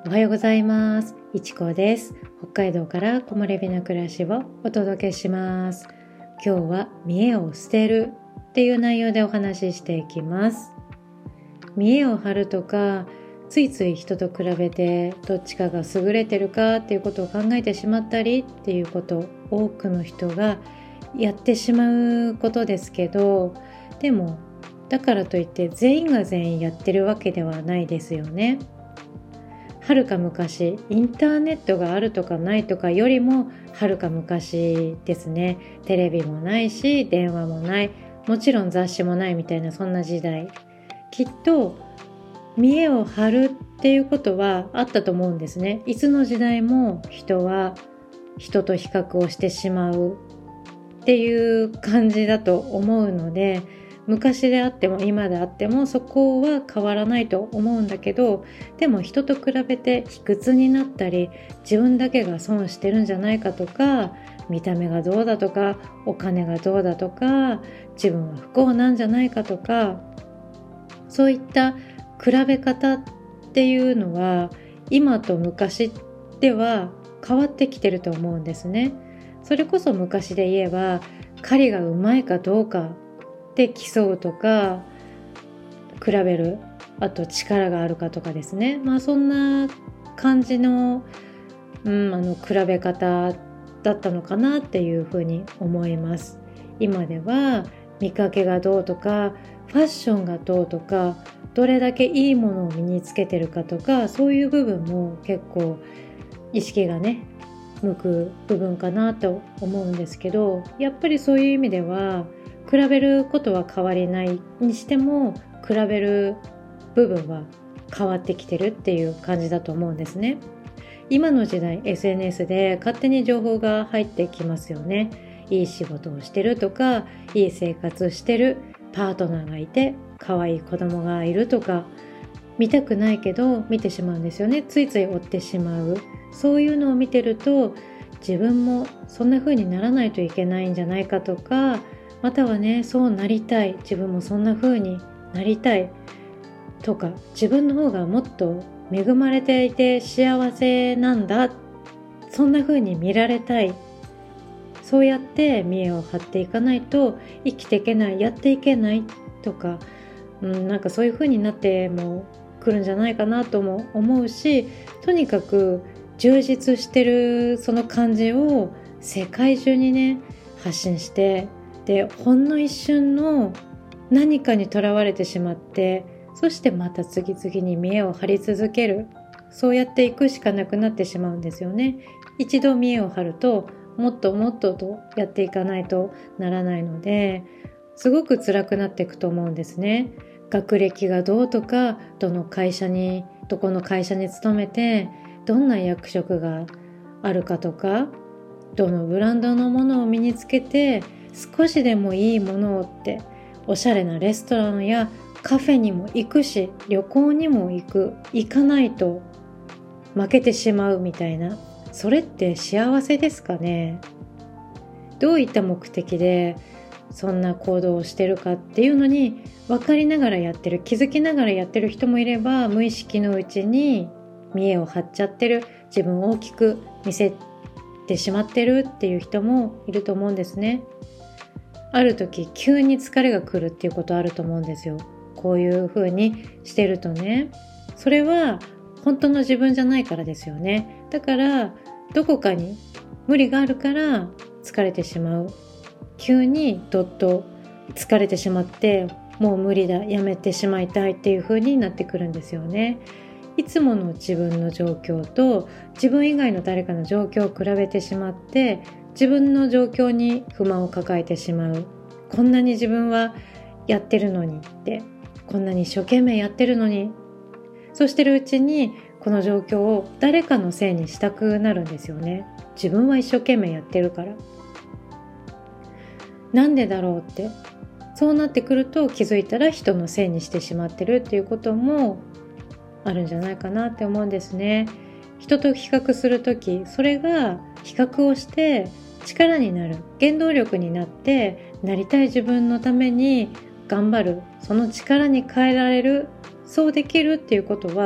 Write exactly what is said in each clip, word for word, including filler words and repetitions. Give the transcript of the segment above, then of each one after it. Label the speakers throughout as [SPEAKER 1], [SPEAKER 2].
[SPEAKER 1] おはようございます。いちこです。北海道から木漏れ日の暮らしをお届けします。今日は見栄を捨てるっていう内容でお話ししていきます。見栄を張るとか、ついつい人と比べてどっちかが優れてるかっていうことを考えてしまったりっていうことを多くの人がやってしまうことですけど、でもだからといって全員が全員やってるわけではないですよね。はるか昔、インターネットがあるとかないとかよりもはるか昔ですね。テレビもないし、電話もない、もちろん雑誌もないみたいなそんな時代。きっと見栄を張るっていうことはあったと思うんですね。いつの時代も人は人と比較をしてしまうっていう感じだと思うので、昔であっても今であってもそこは変わらないと思うんだけど、でも人と比べて卑屈になったり、自分だけが損してるんじゃないかとか、見た目がどうだとか、お金がどうだとか、自分は不幸なんじゃないかとか、そういった比べ方っていうのは今と昔では変わってきてると思うんですね。それこそ昔で言えば、狩りがうまいかどうかで競うとか、比べる、あと力があるかとかですね。まあそんな感じの、うん、あの比べ方だったのかなっていうふうに思います。今では見かけがどうとか、ファッションがどうとか、どれだけいいものを身につけてるかとか、そういう部分も結構意識がね向く部分かなと思うんですけど、やっぱりそういう意味では比べることは変わりないにしても、比べる部分は変わってきてるっていう感じだと思うんですね。今の時代 エスエヌエス で勝手に情報が入ってきますよね。いい仕事をしてるとか、いい生活してる、パートナーがいて可愛い子供がいるとか、見たくないけど見てしまうんですよね。ついつい追ってしまう。そういうのを見てると、自分もそんな風にならないといけないんじゃないかとか、またはね、そうなりたい、自分もそんな風になりたいとか、自分の方がもっと恵まれていて幸せなんだ、そんな風に見られたい、そうやって見栄を張っていかないと生きていけない、やっていけないとか、うん、なんかそういう風になっても来るんじゃないかなとも思うし、とにかく充実してるその感じを世界中にね発信して、でほんの一瞬の何かにとらわれてしまって、そしてまた次々に見栄を張り続ける、そうやっていくしかなくなってしまうんですよね。一度見栄を張るともっともっととやっていかないとならないので、すごく辛くなっていくと思うんですね。学歴がどうとか、どの会社にどこの会社に勤めてどんな役職があるかとか、どのブランドのものを身につけて少しでもいいものをって、おしゃれなレストランやカフェにも行くし、旅行にも行く、行かないと負けてしまうみたいな、それって幸せですかね。どういった目的でそんな行動をしてるかっていうのに分かりながらやってる、気づきながらやってる人もいれば、無意識のうちに見栄を張っちゃってる、自分を大きく見せてしまってるっていう人もいると思うんですね。ある時急に疲れが来るっていうことあると思うんですよ。こういう風にしてるとね、それは本当の自分じゃないからですよね。だからどこかに無理があるから疲れてしまう。急にどっと疲れてしまって、もう無理だ、やめてしまいたいっていう風になってくるんですよね。いつもの自分の状況と自分以外の誰かの状況を比べてしまって、自分の状況に不満を抱えてしまう。こんなに自分はやってるのにって、こんなに一生懸命やってるのに、そうしてるうちにこの状況を誰かのせいにしたくなるんですよね。自分は一生懸命やってるから、なんでだろうって、そうなってくると気づいたら人のせいにしてしまってるっていうこともあるんじゃないかなって思うんですね。人と比較するとき、それが比較をして力になる、原動力になって、なりたい自分のために頑張る、その力に変えられる、そうできるっていうことは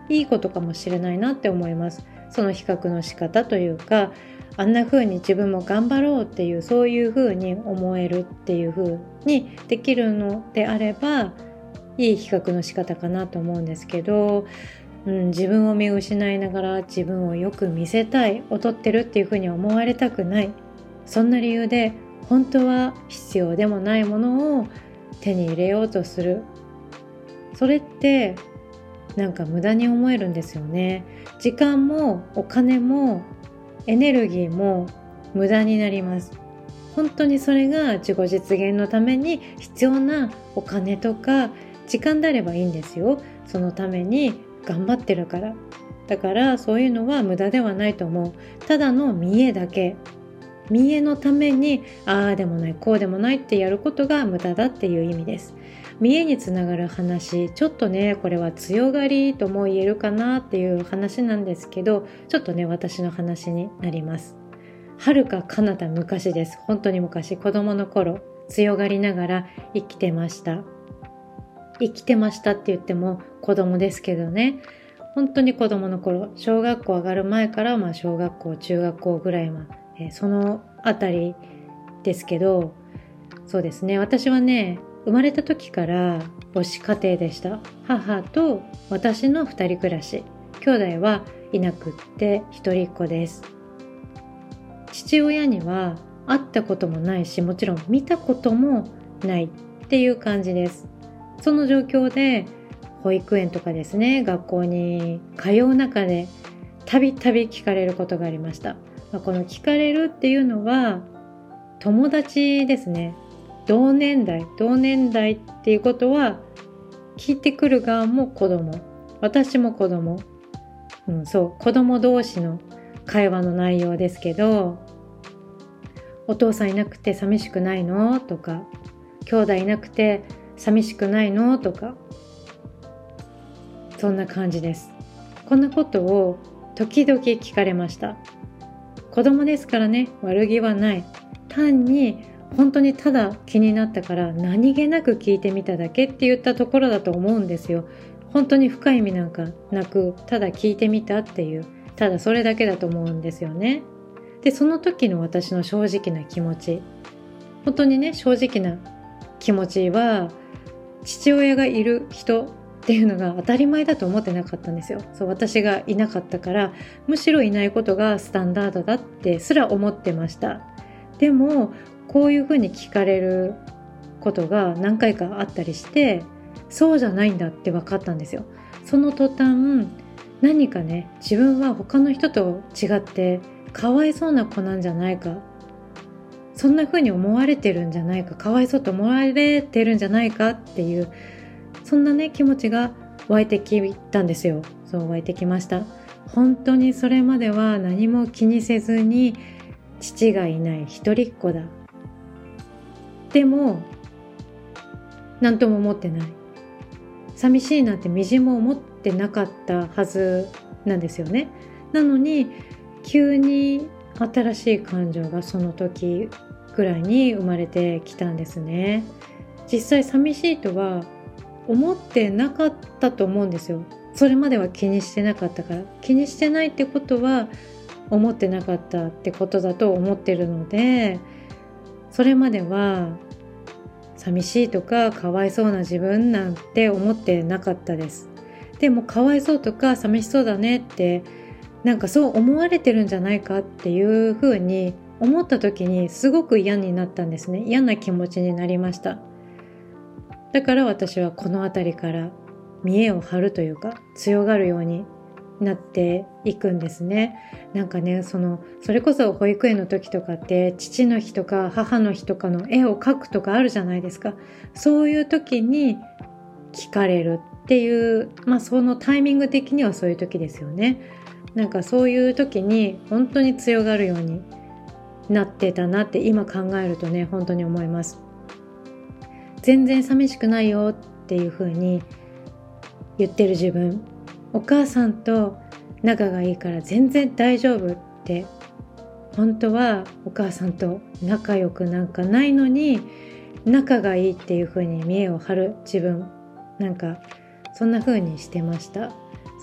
[SPEAKER 1] いいことかもしれないなって思います。その比較の仕方というか、あんな風に自分も頑張ろうっていう、そういう風に思えるっていう風にできるのであれば、いい比較の仕方かなと思うんですけど、うん、自分を見失いながら自分をよく見せたい、劣ってるっていう風に思われたくない、そんな理由で本当は必要でもないものを手に入れようとする。それってなんか無駄に思えるんですよね。時間もお金もエネルギーも無駄になります。本当にそれが自己実現のために必要なお金とか時間であればいいんですよ。そのために頑張ってるから。だからそういうのは無駄ではないと思う。ただの見栄だけ。見栄のためにああでもないこうでもないってやることが無駄だっていう意味です。見栄につながる話、ちょっとねこれは強がりとも言えるかなっていう話なんですけど、ちょっとね私の話になります。はるか彼方昔です。本当に昔、子供の頃強がりながら生きてました生きてましたって言っても子供ですけどね、本当に子供の頃、小学校上がる前から、まあ、小学校中学校ぐらいまで、えー、そのあたりですけど、そうですね、私はね生まれた時から母子家庭でした。母と私の二人暮らし、兄弟はいなくって一人っ子です。父親には会ったこともないし、もちろん見たこともないっていう感じです。その状況で保育園とかですね、学校に通う中でたびたび聞かれることがありました。まあ、この聞かれるっていうのは友達ですね。同年代同年代っていうことは聞いてくる側も子供、私も子供、うん、そう子供同士の会話の内容ですけど、お父さんいなくて寂しくないのとか、兄弟いなくて寂しくないのとか、そんな感じです。こんなことを時々聞かれました。子供ですからね、悪気はない。単に本当にただ気になったから何気なく聞いてみただけって言ったところだと思うんですよ。本当に深い意味なんかなく、ただ聞いてみたっていう、ただそれだけだと思うんですよね。で、その時の私の正直な気持ち、本当にね正直な気持ちは、父親がいる人っていうのが当たり前だと思ってなかったんですよ。そう、私がいなかったから、むしろいないことがスタンダードだってすら思ってました。でもこういうふうに聞かれることが何回かあったりして、そうじゃないんだって分かったんですよ。その途端、何かね自分は他の人と違ってかわいそうな子なんじゃないか、そんな風に思われてるんじゃないか、かわいそうと思われてるんじゃないかっていう、そんなね気持ちが湧いてきたんですよ。そう湧いてきました。本当にそれまでは何も気にせずに、父がいない一人っ子だ、でも何とも思ってない、寂しいなんてみじんも思ってなかったはずなんですよね。なのに急に新しい感情がその時ぐらいに生まれてきたんですね。実際寂しいとは思ってなかったと思うんですよ。それまでは気にしてなかったから。気にしてないってことは思ってなかったってことだと思ってるので、それまでは寂しいとかかわいそうな自分なんて思ってなかったです。でもかわいそうとか寂しそうだねって、なんかそう思われてるんじゃないかっていうふうに思った時にすごく嫌になったんですね。嫌な気持ちになりました。だから私はこのあたりから見栄を張るというか強がるようになっていくんですね。なんかね、そのそれこそ保育園の時とかって父の日とか母の日とかの絵を描くとかあるじゃないですか。そういう時に聞かれるっていう、まあそのタイミング的にはそういう時ですよね。なんかそういう時に本当に強がるようになってたなって今考えるとね、本当に思います。全然寂しくないよっていう風に言ってる自分、お母さんと仲がいいから全然大丈夫って、本当はお母さんと仲良くなんかないのに仲がいいっていう風に見栄を張る自分、なんかそんな風にしてました。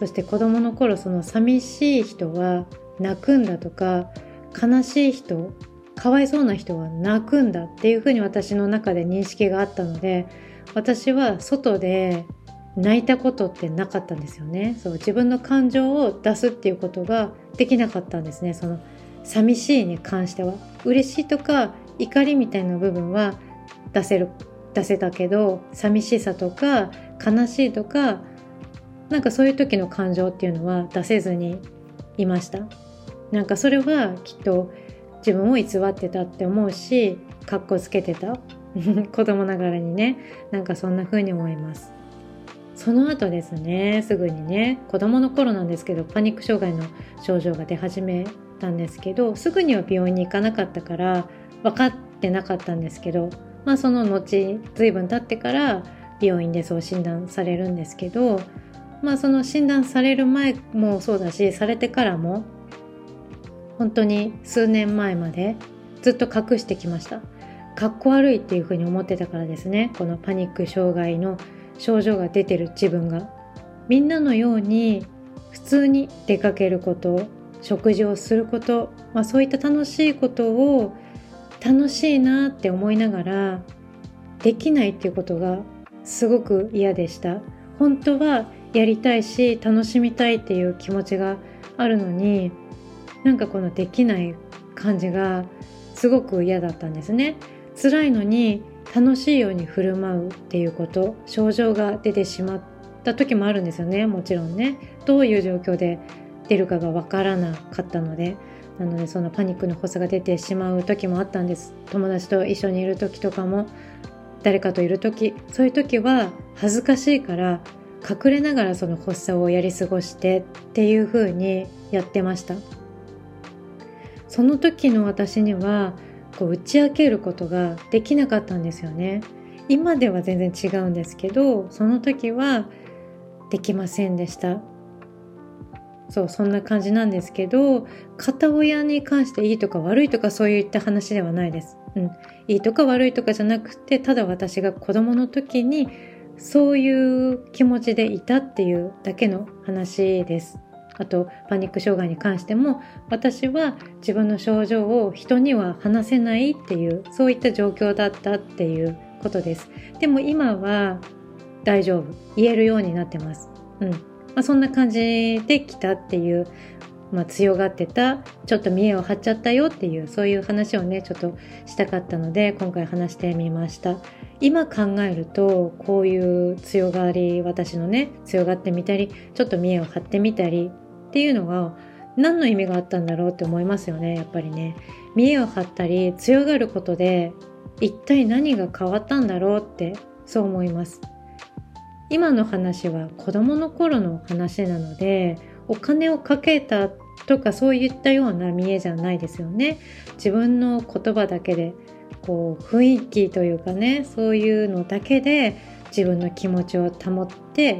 [SPEAKER 1] そして子供の頃その寂しい人は泣くんだとか、悲しい人、かわいそうな人は泣くんだっていうふうに私の中で認識があったので、私は外で泣いたことってなかったんですよね。そう、自分の感情を出すっていうことができなかったんですね。その寂しいに関しては、嬉しいとか怒りみたいな部分は出せる出せたけど、寂しさとか悲しいとか、なんかそういう時の感情っていうのは出せずにいました。なんかそれはきっと自分を偽ってたって思うし、かっこつけてた子供ながらにね、なんかそんな風に思います。その後ですね、すぐにね、子供の頃なんですけど、パニック障害の症状が出始めたんですけど、すぐには病院に行かなかったから分かってなかったんですけど、まあその後随分経ってから病院でそう診断されるんですけど、まあその診断される前もそうだし、されてからも本当に数年前までずっと隠してきました。かっこ悪いっていうふうに思ってたからですね。このパニック障害の症状が出てる自分が、みんなのように普通に出かけること、食事をすること、まあ、そういった楽しいことを楽しいなって思いながらできないっていうことがすごく嫌でした。本当はやりたいし楽しみたいっていう気持ちがあるのに、なんかこのできない感じがすごく嫌だったんですね。辛いのに楽しいように振る舞うっていうこと、症状が出てしまった時もあるんですよね。もちろんね、どういう状況で出るかがわからなかったので、なのでそのパニックの発作が出てしまう時もあったんです。友達と一緒にいる時とかも、誰かといる時、そういう時は恥ずかしいから隠れながらその発作をやり過ごしてっていう風にやってました。その時の私にはこう打ち明けることができなかったんですよね。今では全然違うんですけど、その時はできませんでした。そう、そんな感じなんですけど、片親に関していいとか悪いとかそういった話ではないです。うん、いいとか悪いとかじゃなくて、ただ私が子供の時にそういう気持ちでいたっていうだけの話です。あとパニック障害に関しても、私は自分の症状を人には話せないっていう、そういった状況だったっていうことです。でも今は大丈夫、言えるようになってます。うん、まあ、そんな感じで来たっていう、まあ、強がってた、ちょっと見栄を張っちゃったよっていう、そういう話をねちょっとしたかったので今回話してみました。今考えると、こういう強がり、私のね強がってみたり、ちょっと見栄を張ってみたりっていうのが何の意味があったんだろうって思いますよね。やっぱりね、見栄を張ったり強がることで一体何が変わったんだろうって、そう思います。今の話は子供の頃の話なので、お金をかけたとかそういったような見栄じゃないですよね。自分の言葉だけで、こう雰囲気というかね、そういうのだけで自分の気持ちを保って、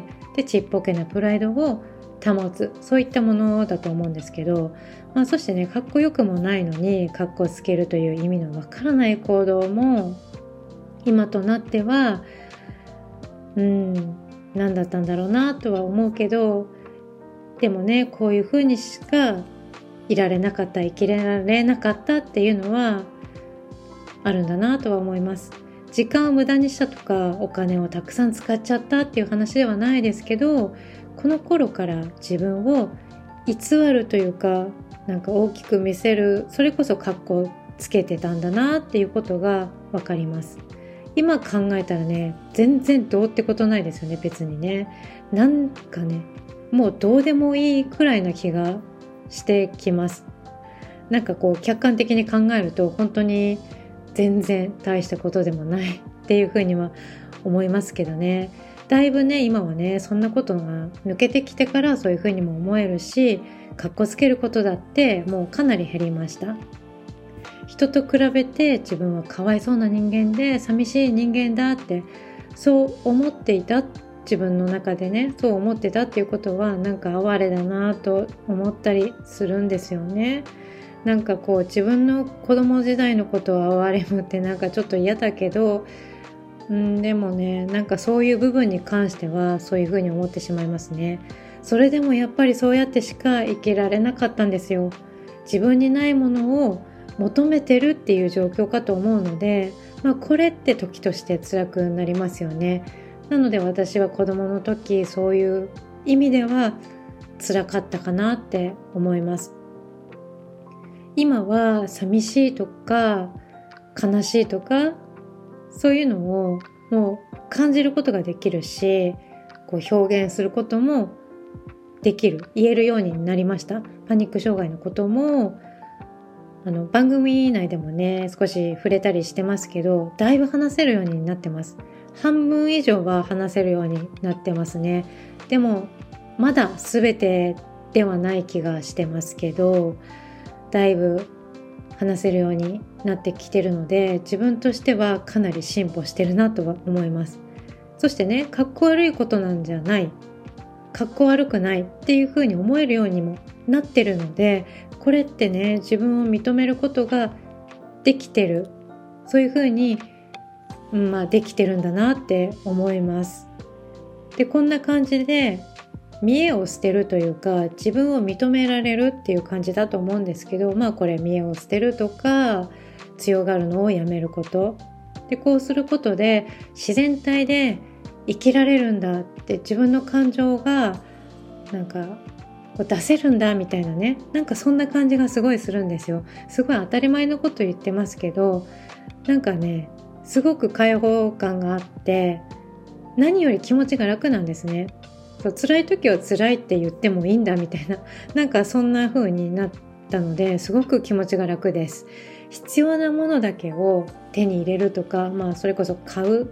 [SPEAKER 1] でちっぽけなプライドを保つ、そういったものだと思うんですけど、まあ、そしてね、かっこよくもないのにかっこつけるという意味のわからない行動も今となってはうん何だったんだろうなとは思うけど、でもね、こういう風にしかいられなかった、生きられなかったっていうのはあるんだなとは思います。時間を無駄にしたとか、お金をたくさん使っちゃったっていう話ではないですけど、この頃から自分を偽るというか、なんか大きく見せる、それこそ格好つけてたんだなっていうことがわかります。今考えたらね、全然どうってことないですよね、別にね。なんかね、もうどうでもいいくらいな気がしてきます。なんかこう客観的に考えると本当に全然大したことでもないっていうふうには思いますけどね。だいぶね、今はね、そんなことが抜けてきてからそういうふうにも思えるし、かっこつけることだってもうかなり減りました。人と比べて自分はかわいそうな人間で寂しい人間だってそう思っていた、自分の中でねそう思ってたっていうことは、なんか哀れだなと思ったりするんですよね。なんかこう自分の子供時代のことを哀れむってなんかちょっと嫌だけど、うんでもね、なんかそういう部分に関してはそういうふうに思ってしまいますね。 それでもやっぱりそうやってしか生きられなかったんですよ。自分にないものを求めてるっていう状況かと思うので、まあ、これって時として辛くなりますよね。なので私は子供の時そういう意味では辛かったかなって思います。今は寂しいとか悲しいとかそういうのをもう感じることができるし、こう表現することもできる、言えるようになりました。パニック障害のこともあの番組内でもね少し触れたりしてますけど、だいぶ話せるようになってます。半分以上は話せるようになってますね。でもまだ全てではない気がしてますけど、だいぶ話せるようになってきてるので、自分としてはかなり進歩してるなとは思います。そしてね、かっこ悪いことなんじゃない、かっこ悪くないっていう風に思えるようにもなってるので、これってね、自分を認めることができてる、そういう風に、うん、まあできてるんだなって思います。で、こんな感じで見栄を捨てるというか、自分を認められるっていう感じだと思うんですけど、まあこれ見栄を捨てるとか強がるのをやめることで、こうすることで自然体で生きられるんだって、自分の感情がなんか出せるんだみたいなね、なんかそんな感じがすごいするんですよ。すごい当たり前のこと言ってますけど、なんかねすごく解放感があって、何より気持ちが楽なんですね。そう辛い時は辛いって言ってもいいんだみたいな、なんかそんな風になったので、すごく気持ちが楽です。必要なものだけを手に入れるとか、まあそれこそ買うって、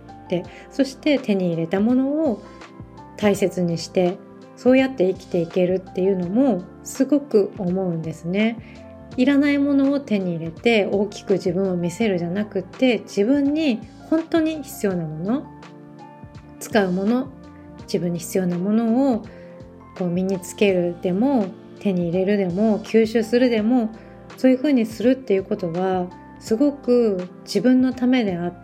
[SPEAKER 1] そして手に入れたものを大切にして、そうやって生きていけるっていうのもすごく思うんですね。いらないものを手に入れて大きく自分を見せるじゃなくて、自分に本当に必要なもの、使うもの、自分に必要なものをこう身につけるでも手に入れるでも吸収するでも、そういう風にするっていうことはすごく自分のためであって、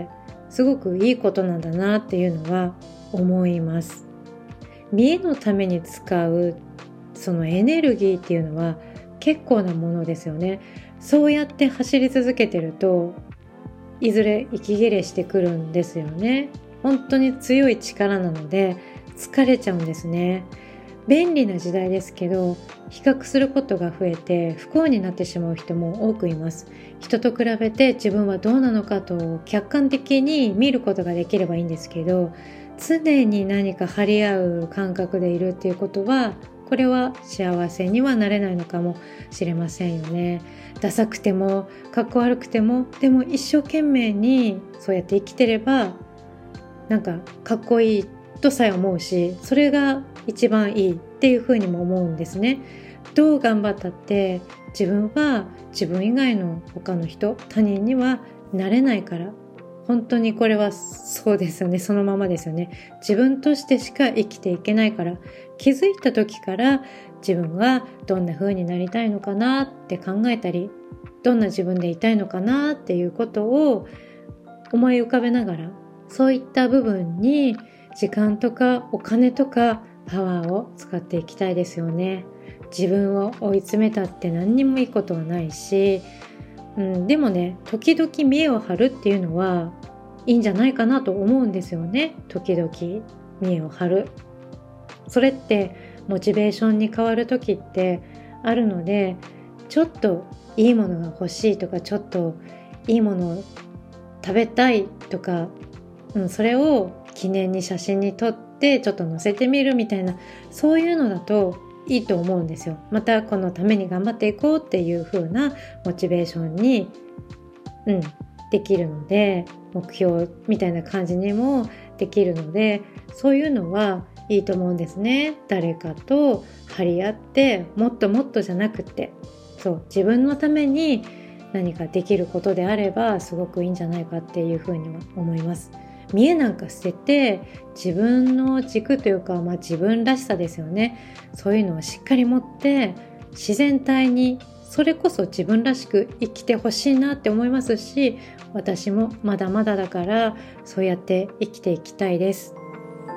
[SPEAKER 1] すごくいいことなんだなっていうのは思います。見栄のために使うそのエネルギーっていうのは結構なものですよね。そうやって走り続けてるといずれ息切れしてくるんですよね。本当に強い力なので疲れちゃうんですね。便利な時代ですけど、比較することが増えて不幸になってしまう人も多くいます。人と比べて自分はどうなのかと客観的に見ることができればいいんですけど、常に何か張り合う感覚でいるっていうことは、これは幸せにはなれないのかもしれませんよね。ダサくてもかっこ悪くても、でも一生懸命にそうやって生きてればなんかかっこいいとさえ思うし、それが一番いいっていうふうにも思うんですね。どう頑張ったって自分は自分以外の他の人、他人にはなれないから、本当にこれはそうですよね。そのままですよね。自分としてしか生きていけないから、気づいた時から自分はどんな風になりたいのかなって考えたり、どんな自分でいたいのかなっていうことを思い浮かべながら、そういった部分に時間とかお金とかパワーを使っていきたいですよね。自分を追い詰めたって何にもいいことはないし、うん、でもね、時々見栄を張るっていうのはいいんじゃないかなと思うんですよね。時々見栄を張る。それってモチベーションに変わる時ってあるので、ちょっといいものが欲しいとか、ちょっといいものを食べたいとか、うん、それを記念に写真に撮ってちょっと載せてみるみたいな、そういうのだといいと思うんですよ。またこのために頑張っていこうっていう風なモチベーションに、うん、できるので、目標みたいな感じにもできるので、そういうのはいいと思うんですね。誰かと張り合ってもっともっとじゃなくて、そう自分のために何かできることであればすごくいいんじゃないかっていうふうには思います。見栄なんか捨てて自分の軸というか、まあ、自分らしさですよね。そういうのをしっかり持って自然体に、それこそ自分らしく生きてほしいなって思いますし、私もまだまだだからそうやって生きていきたいです。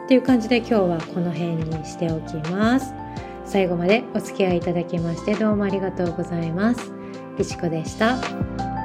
[SPEAKER 1] っていう感じで今日はこの辺にしておきます。最後までお付き合いいただきましてどうもありがとうございます。いちこでした。